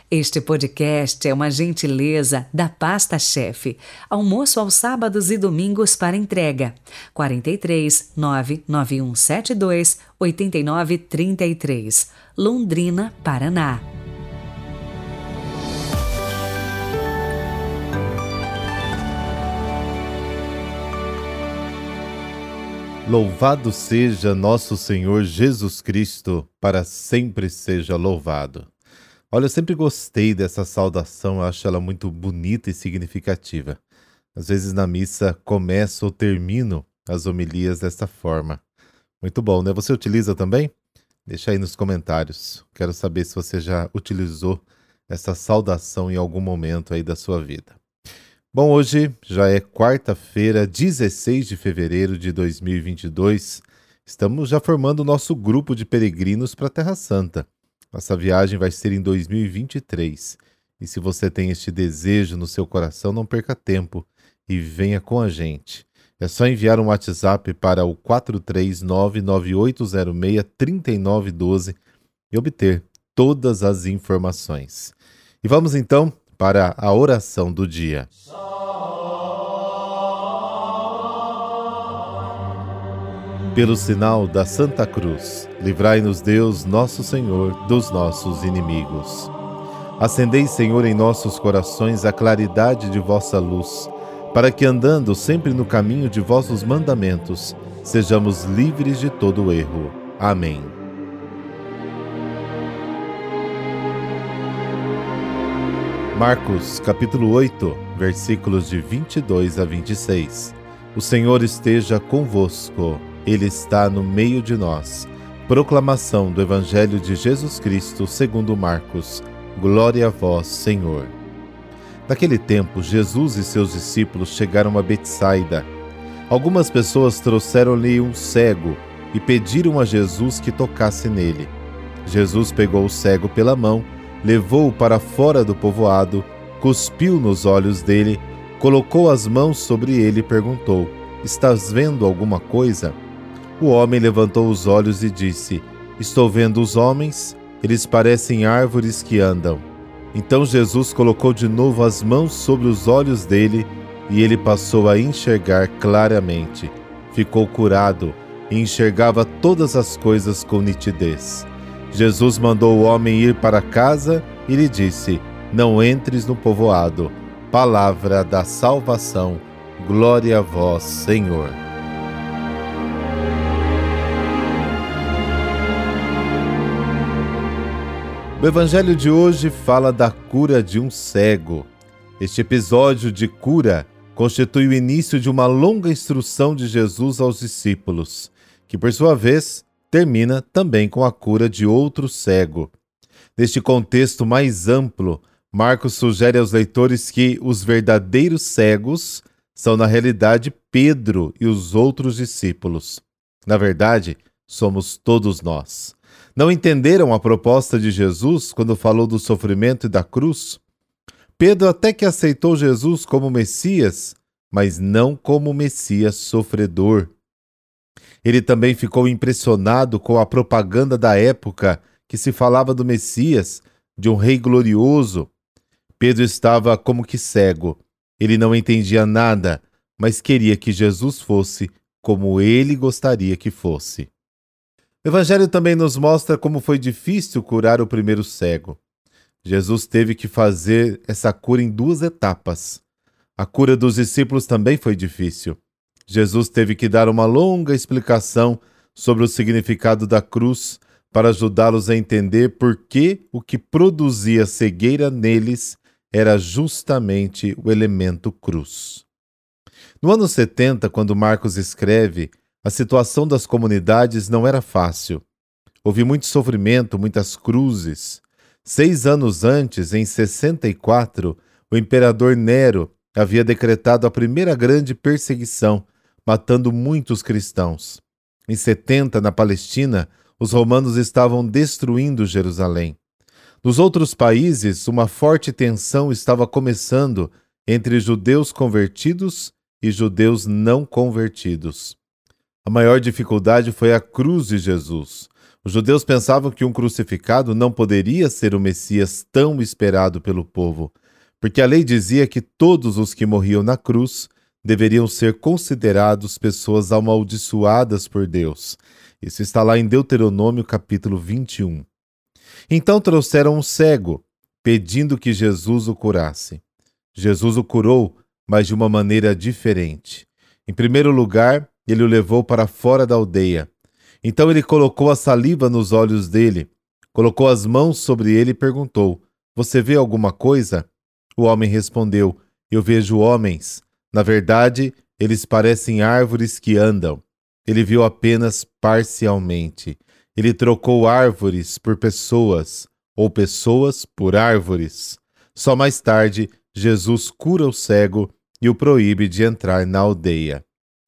Este podcast é uma gentileza da Pasta Chefe. Almoço aos sábados e domingos para entrega. 43 99172 8933, Londrina, Paraná. Louvado seja nosso Senhor Jesus Cristo, para sempre seja louvado. Olha, eu sempre gostei dessa saudação, eu acho ela muito bonita e significativa. Às vezes na missa começo ou termino as homilias dessa forma. Muito bom, né? Você utiliza também? Deixa aí nos comentários. Quero saber se você já utilizou essa saudação em algum momento aí da sua vida. Bom, hoje já é quarta-feira, 16 de fevereiro de 2022. Estamos já formando o nosso grupo de peregrinos para a Terra Santa. Nossa viagem vai ser em 2023. E se você tem este desejo no seu coração, não perca tempo e venha com a gente. É só enviar um WhatsApp para o 439-9806-3912 e obter todas as informações. E vamos então para a oração do dia. Pelo sinal da Santa Cruz, livrai-nos Deus, nosso Senhor, dos nossos inimigos. Acendei, Senhor, em nossos corações a claridade de vossa luz, para que, andando sempre no caminho de vossos mandamentos, sejamos livres de todo erro. Amém. Marcos, capítulo 8, versículos de 22 a 26. O Senhor esteja convosco. Ele está no meio de nós. Proclamação do Evangelho de Jesus Cristo segundo Marcos. Glória a vós, Senhor. Naquele tempo, Jesus e seus discípulos chegaram a Betsaida. Algumas pessoas trouxeram-lhe um cego e pediram a Jesus que tocasse nele. Jesus pegou o cego pela mão, levou-o para fora do povoado, cuspiu nos olhos dele, colocou as mãos sobre ele e perguntou: Estás vendo alguma coisa? O homem levantou os olhos e disse: Estou vendo os homens, eles parecem árvores que andam. Então Jesus colocou de novo as mãos sobre os olhos dele e ele passou a enxergar claramente. Ficou curado e enxergava todas as coisas com nitidez. Jesus mandou o homem ir para casa e lhe disse: Não entres no povoado. Palavra da salvação. Glória a vós, Senhor. O Evangelho de hoje fala da cura de um cego. Este episódio de cura constitui o início de uma longa instrução de Jesus aos discípulos, que por sua vez termina também com a cura de outro cego. Neste contexto mais amplo, Marcos sugere aos leitores que os verdadeiros cegos são na realidade Pedro e os outros discípulos. Na verdade, somos todos nós. Não entenderam a proposta de Jesus quando falou do sofrimento e da cruz? Pedro até que aceitou Jesus como Messias, mas não como Messias sofredor. Ele também ficou impressionado com a propaganda da época que se falava do Messias, de um rei glorioso. Pedro estava como que cego. Ele não entendia nada, mas queria que Jesus fosse como ele gostaria que fosse. O Evangelho também nos mostra como foi difícil curar o primeiro cego. Jesus teve que fazer essa cura em 2 etapas. A cura dos discípulos também foi difícil. Jesus teve que dar uma longa explicação sobre o significado da cruz para ajudá-los a entender por que o que produzia cegueira neles era justamente o elemento cruz. No ano 70, quando Marcos escreve, a situação das comunidades não era fácil. Houve muito sofrimento, muitas cruzes. 6 anos antes, em 64, o imperador Nero havia decretado a primeira grande perseguição, matando muitos cristãos. Em 70, na Palestina, os romanos estavam destruindo Jerusalém. Nos outros países, uma forte tensão estava começando entre judeus convertidos e judeus não convertidos. A maior dificuldade foi a cruz de Jesus. Os judeus pensavam que um crucificado não poderia ser o Messias tão esperado pelo povo, porque a lei dizia que todos os que morriam na cruz deveriam ser considerados pessoas amaldiçoadas por Deus. Isso está lá em Deuteronômio capítulo 21. Então trouxeram um cego, pedindo que Jesus o curasse. Jesus o curou, mas de uma maneira diferente. Em primeiro lugar, ele o levou para fora da aldeia. Então ele colocou a saliva nos olhos dele, colocou as mãos sobre ele e perguntou: "Você vê alguma coisa?" O homem respondeu: "Eu vejo homens. Na verdade, eles parecem árvores que andam." Ele viu apenas parcialmente. Ele trocou árvores por pessoas, ou pessoas por árvores. Só mais tarde, Jesus cura o cego e o proíbe de entrar na aldeia.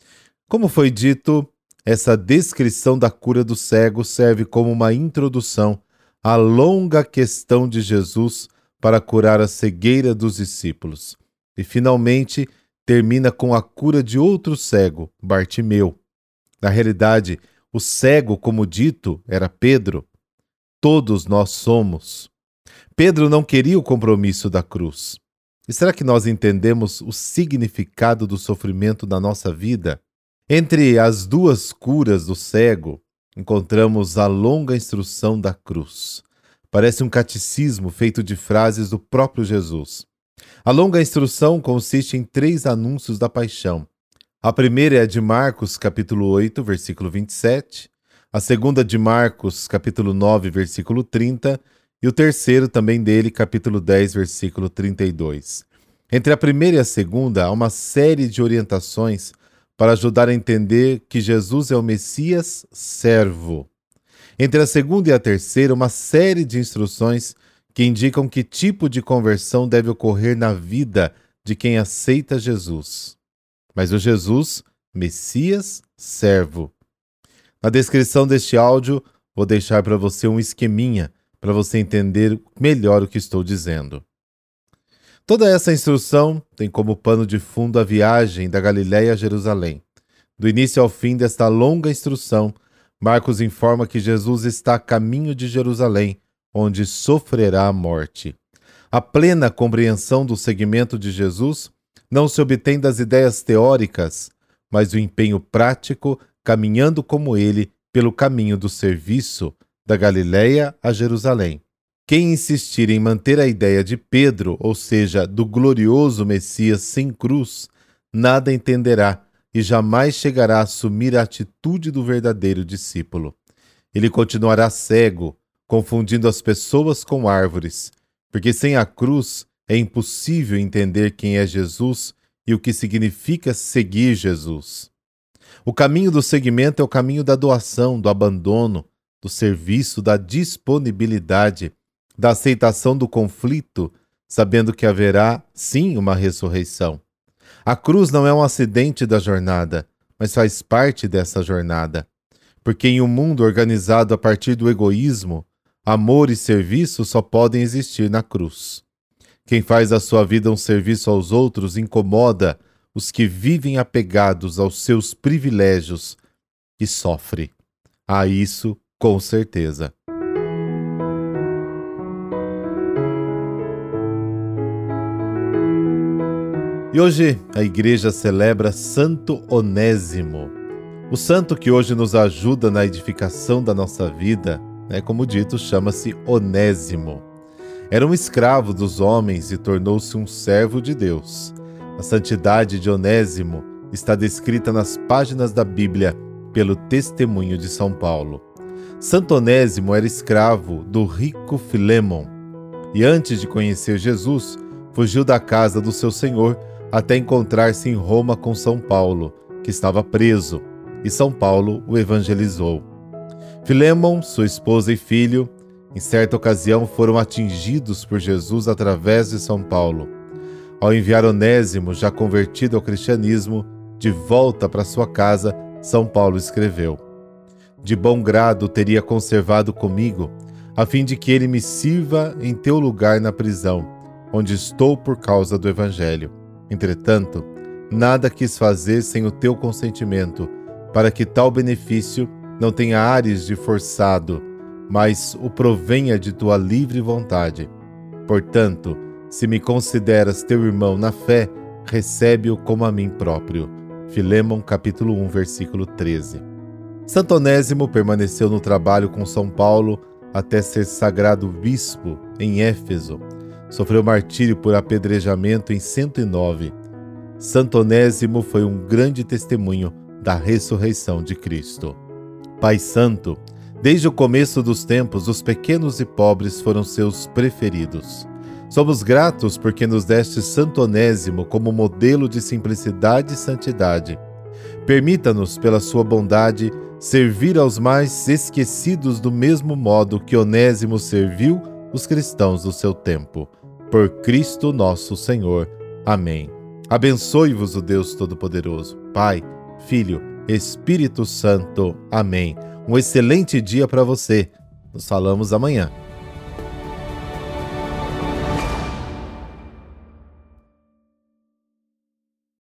Como foi dito, essa descrição da cura do cego serve como uma introdução à longa questão de Jesus para curar a cegueira dos discípulos. E, finalmente, termina com a cura de outro cego, Bartimeu. Na realidade, o cego, como dito, era Pedro. Todos nós somos. Pedro não queria o compromisso da cruz. E será que nós entendemos o significado do sofrimento da nossa vida? Entre as duas curas do cego, encontramos a longa instrução da cruz. Parece um catecismo feito de frases do próprio Jesus. A longa instrução consiste em 3 anúncios da paixão. A primeira é de Marcos, capítulo 8, versículo 27, a segunda de Marcos, capítulo 9, versículo 30, e o terceiro também dele, capítulo 10, versículo 32. Entre a primeira e a segunda, há uma série de orientações para ajudar a entender que Jesus é o Messias servo. Entre a segunda e a terceira, uma série de instruções que indicam que tipo de conversão deve ocorrer na vida de quem aceita Jesus. Mas o Jesus, Messias servo. Na descrição deste áudio, vou deixar para você um esqueminha para você entender melhor o que estou dizendo. Toda essa instrução tem como pano de fundo a viagem da Galiléia a Jerusalém. Do início ao fim desta longa instrução, Marcos informa que Jesus está a caminho de Jerusalém, onde sofrerá a morte. A plena compreensão do seguimento de Jesus não se obtém das ideias teóricas, mas do empenho prático, caminhando como ele pelo caminho do serviço, da Galiléia a Jerusalém. Quem insistir em manter a ideia de Pedro, ou seja, do glorioso Messias sem cruz, nada entenderá e jamais chegará a assumir a atitude do verdadeiro discípulo. Ele continuará cego, confundindo as pessoas com árvores, porque sem a cruz é impossível entender quem é Jesus e o que significa seguir Jesus. O caminho do seguimento é o caminho da doação, do abandono, do serviço, da disponibilidade, da aceitação do conflito, sabendo que haverá, sim, uma ressurreição. A cruz não é um acidente da jornada, mas faz parte dessa jornada. Porque em um mundo organizado a partir do egoísmo, amor e serviço só podem existir na cruz. Quem faz da sua vida um serviço aos outros incomoda os que vivem apegados aos seus privilégios e sofre. A isso, com certeza. E hoje a igreja celebra Santo Onésimo. O santo que hoje nos ajuda na edificação da nossa vida, como dito, chama-se Onésimo. Era um escravo dos homens e tornou-se um servo de Deus. A santidade de Onésimo está descrita nas páginas da Bíblia pelo testemunho de São Paulo. Santo Onésimo era escravo do rico Filémon e antes de conhecer Jesus, fugiu da casa do seu senhor até encontrar-se em Roma com São Paulo, que estava preso, e São Paulo o evangelizou. Filémon, sua esposa e filho, em certa ocasião foram atingidos por Jesus através de São Paulo. Ao enviar Onésimo, já convertido ao cristianismo, de volta para sua casa, São Paulo escreveu: "De bom grado teria conservado comigo, a fim de que ele me sirva em teu lugar na prisão, onde estou por causa do Evangelho. Entretanto, nada quis fazer sem o teu consentimento, para que tal benefício não tenha ares de forçado, mas o provenha de tua livre vontade. Portanto, se me consideras teu irmão na fé, recebe-o como a mim próprio. Filemon, capítulo 1, versículo 13. Santo Onésimo permaneceu no trabalho com São Paulo até ser sagrado bispo em Éfeso. Sofreu martírio por apedrejamento em 109. Santo Onésimo foi um grande testemunho da ressurreição de Cristo. Pai Santo, desde o começo dos tempos, os pequenos e pobres foram seus preferidos. Somos gratos porque nos deste Santo Onésimo como modelo de simplicidade e santidade. Permita-nos, pela sua bondade, servir aos mais esquecidos do mesmo modo que Onésimo serviu os cristãos do seu tempo. Por Cristo nosso Senhor. Amém. Abençoe-vos o Deus Todo-Poderoso, Pai, Filho, Espírito Santo. Amém. Um excelente dia para você. Nos falamos amanhã.